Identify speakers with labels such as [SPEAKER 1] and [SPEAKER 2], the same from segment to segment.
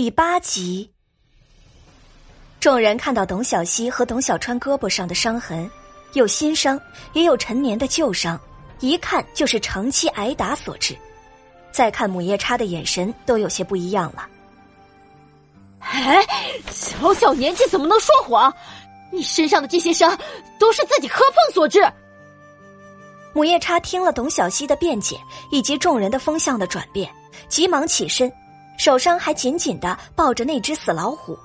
[SPEAKER 1] 第8集。众人看到董小希和董小川胳膊上的伤痕，有新伤，也有陈年的旧伤，一看就是长期挨打所致。再看母夜叉的眼神都有些不一样了。
[SPEAKER 2] 哎，小年纪怎么能说谎？你身上的这些伤都是自己磕碰所致。
[SPEAKER 1] 母夜叉听了董小希的辩解以及众人的风向的转变，急忙起身，手上还紧紧地抱着那只死老虎。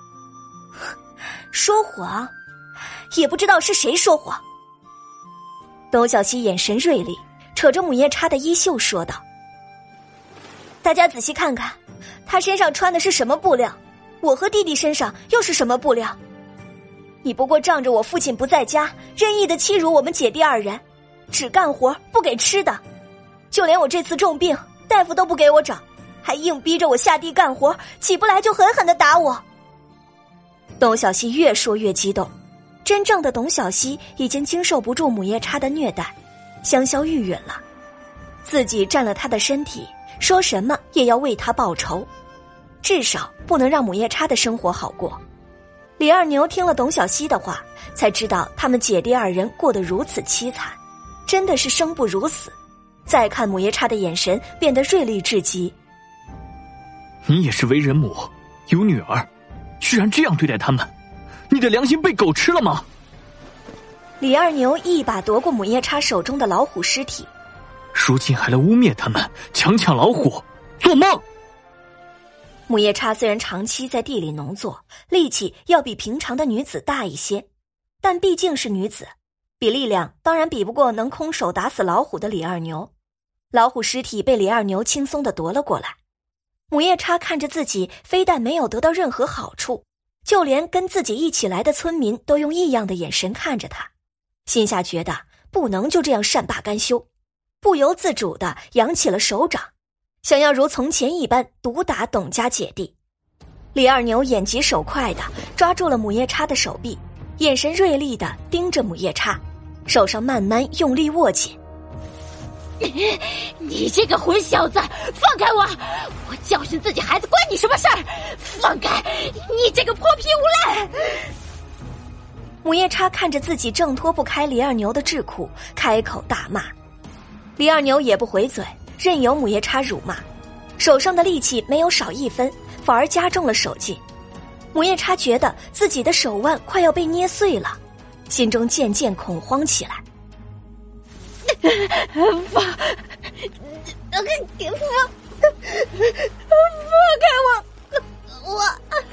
[SPEAKER 1] 说谎？也不知道是谁说谎。董小希眼神锐利，扯着母夜叉的衣袖说道：大家仔细看看，他身上穿的是什么布料，我和弟弟身上又是什么布料？你不过仗着我父亲不在家，任意的欺辱我们姐弟二人，只干活不给吃的，就连我这次重病，大夫都不给我找，还硬逼着我下地干活，起不来就狠狠的打我。董小希越说越激动，真正的董小希已经经受不住母夜叉的虐待，香消玉殒了。自己占了他的身体，说什么也要为他报仇，至少不能让母夜叉的生活好过。李二牛听了董小希的话，才知道他们姐弟二人过得如此凄惨，真的是生不如死。再看母夜叉的眼神变得锐利至极。
[SPEAKER 3] 你也是为人母，有女儿，居然这样对待他们，你的良心被狗吃了吗？
[SPEAKER 1] 李二牛一把夺过母夜叉手中的老虎尸体，
[SPEAKER 3] 如今还来污蔑他们强抢老虎，做梦！
[SPEAKER 1] 母夜叉虽然长期在地里农作，力气要比平常的女子大一些，但毕竟是女子，比力量当然比不过能空手打死老虎的李二牛。老虎尸体被李二牛轻松地夺了过来。母夜叉看着自己非但没有得到任何好处，就连跟自己一起来的村民都用异样的眼神看着他，心下觉得不能就这样善罢甘休，不由自主地扬起了手掌，想要如从前一般毒打董家姐弟。李二牛眼疾手快地抓住了母夜叉的手臂，眼神锐利地盯着母夜叉，手上慢慢用力握紧。
[SPEAKER 2] 你这个混小子，放开我！我教训自己孩子关你什么事儿？放开！你这个泼皮无赖！
[SPEAKER 1] 母夜叉看着自己挣脱不开李二牛的桎梏，开口大骂。李二牛也不回嘴，任由母夜叉辱骂，手上的力气没有少一分，反而加重了手劲。母夜叉觉得自己的手腕快要被捏碎了，心中渐渐恐慌起来。
[SPEAKER 2] 放开我！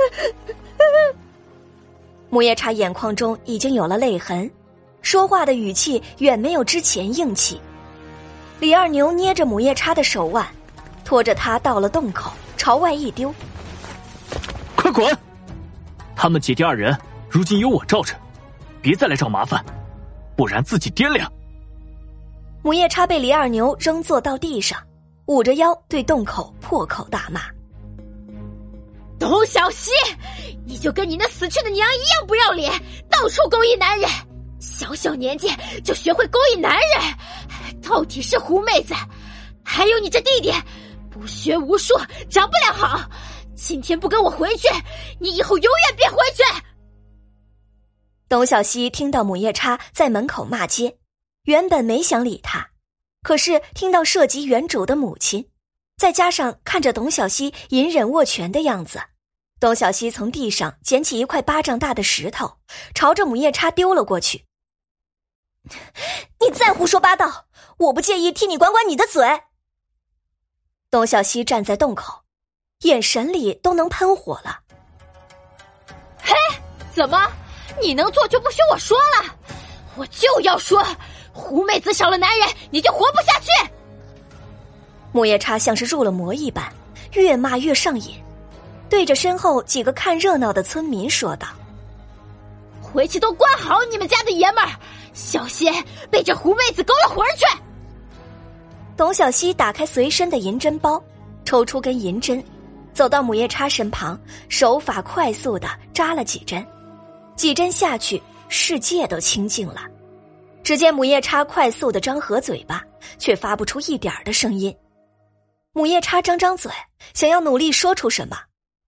[SPEAKER 1] 母夜叉眼眶中已经有了泪痕，说话的语气远没有之前硬气。李二牛捏着母夜叉的手腕，拖着他到了洞口，朝外一丢。
[SPEAKER 3] 快滚！他们姐弟二人如今有我罩着，别再来找麻烦，不然自己掂量。
[SPEAKER 1] 母夜叉被李二牛扔坐到地上，捂着腰对洞口破口大骂。
[SPEAKER 2] 董小希，你就跟你那死去的娘一样不要脸，到处勾引男人，小小年纪就学会勾引男人，到底是狐妹子。还有你这弟弟，不学无术，长不良好，今天不跟我回去，你以后永远别回去。
[SPEAKER 1] 董小希听到母夜叉在门口骂街，原本没想理他，可是听到涉及原主的母亲，再加上看着董小希隐忍握拳的样子，董小希从地上捡起一块巴掌大的石头，朝着母夜叉丢了过去。你再胡说八道，我不介意替你管管你的嘴。董小希站在洞口，眼神里都能喷火了。
[SPEAKER 2] 嘿，怎么你能做就不许我说了？我就要说，狐妹子少了男人你就活不下去。
[SPEAKER 1] 母夜叉像是入了魔一般，越骂越上瘾，对着身后几个看热闹的村民说道：
[SPEAKER 2] 回去都管好你们家的爷们儿，小心被这狐妹子勾了魂儿去。
[SPEAKER 1] 董小希打开随身的银针包，抽出根银针，走到母夜叉身旁，手法快速地扎了几针，几针下去，世界都清静了。只见母夜叉快速地张合嘴巴，却发不出一点的声音。母夜叉张张嘴，想要努力说出什么，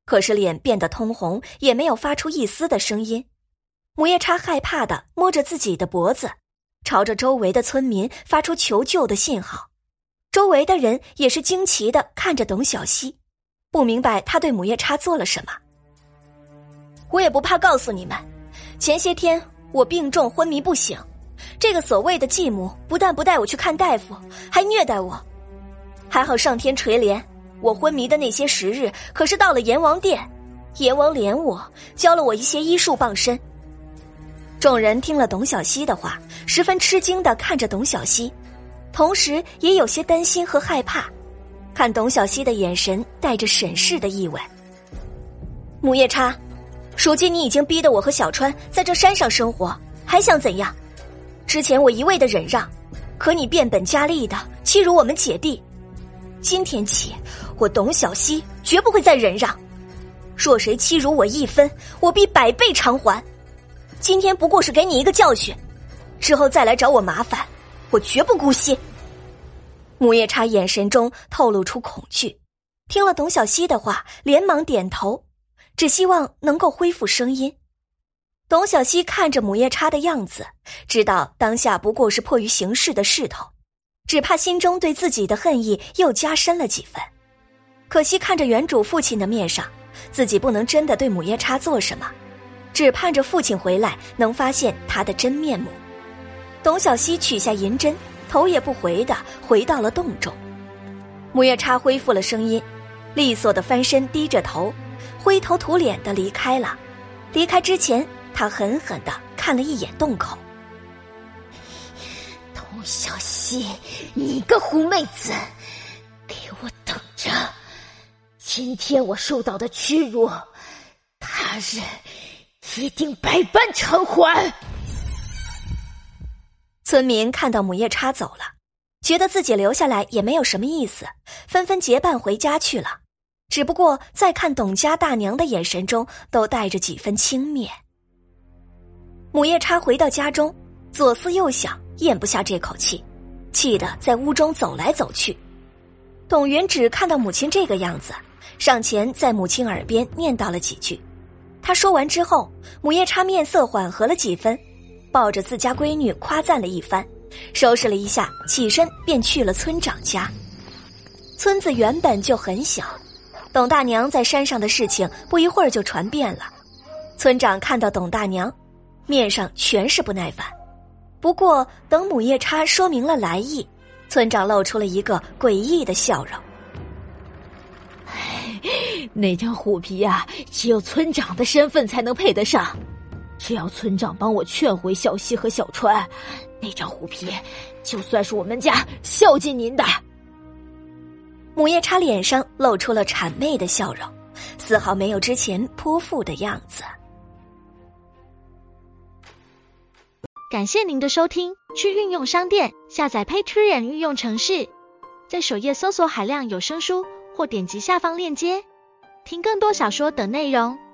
[SPEAKER 1] 可是脸变得通红，也没有发出一丝的声音。母夜叉害怕地摸着自己的脖子，朝着周围的村民发出求救的信号。周围的人也是惊奇地看着董小希，不明白他对母夜叉做了什么。我也不怕告诉你们，前些天我病重昏迷不醒，这个所谓的继母不但不带我去看大夫，还虐待我。还好上天垂怜，我昏迷的那些时日可是到了阎王殿，阎王怜我，教了我一些医术傍身。众人听了董小希的话，十分吃惊地看着董小希，同时也有些担心和害怕，看董小希的眼神带着审视的意味。母夜叉，如今你已经逼得我和小川在这山上生活，还想怎样？之前我一味的忍让，可你变本加厉的欺辱我们姐弟，今天起我董小希绝不会再忍让，若谁欺辱我一分，我必100倍偿还。今天不过是给你一个教训，之后再来找我麻烦，我绝不姑息。母夜叉眼神中透露出恐惧，听了董小希的话，连忙点头，只希望能够恢复声音。董小希看着母夜叉的样子，知道当下不过是迫于形势的势头，只怕心中对自己的恨意又加深了几分。可惜看着原主父亲的面上，自己不能真的对母夜叉做什么，只盼着父亲回来能发现他的真面目。董小希取下银针，头也不回地回到了洞中。母夜叉恢复了声音，利索地翻身，低着头，灰头土脸地离开了。离开之前，他狠狠地看了一眼洞口。
[SPEAKER 2] 董小希，你个狐妹子，给我等着！今天我受到的屈辱，他日一定百般偿还。
[SPEAKER 1] 村民看到母夜叉走了，觉得自己留下来也没有什么意思，纷纷结伴回家去了。只不过在看董家大娘的眼神中都带着几分轻蔑。母夜叉回到家中，左思右想，咽不下这口气，气得在屋中走来走去。董云只看到母亲这个样子，上前在母亲耳边念叨了几句。他说完之后，母夜叉面色缓和了几分，抱着自家闺女夸赞了一番，收拾了一下，起身便去了村长家。村子原本就很小，董大娘在山上的事情不一会儿就传遍了。村长看到董大娘，面上全是不耐烦。不过等母夜叉说明了来意，村长露出了一个诡异的笑容。
[SPEAKER 2] 那张虎皮啊，只有村长的身份才能配得上。只要村长帮我劝回小希和小川，那张虎皮就算是我们家孝敬您的。
[SPEAKER 1] 母夜叉脸上露出了谄媚的笑容，丝毫没有之前泼妇的样子。
[SPEAKER 4] 感谢您的收听，去运用商店下载 Patreon 运用程式，在首页搜索海量有声书，或点击下方链接听更多小说等内容。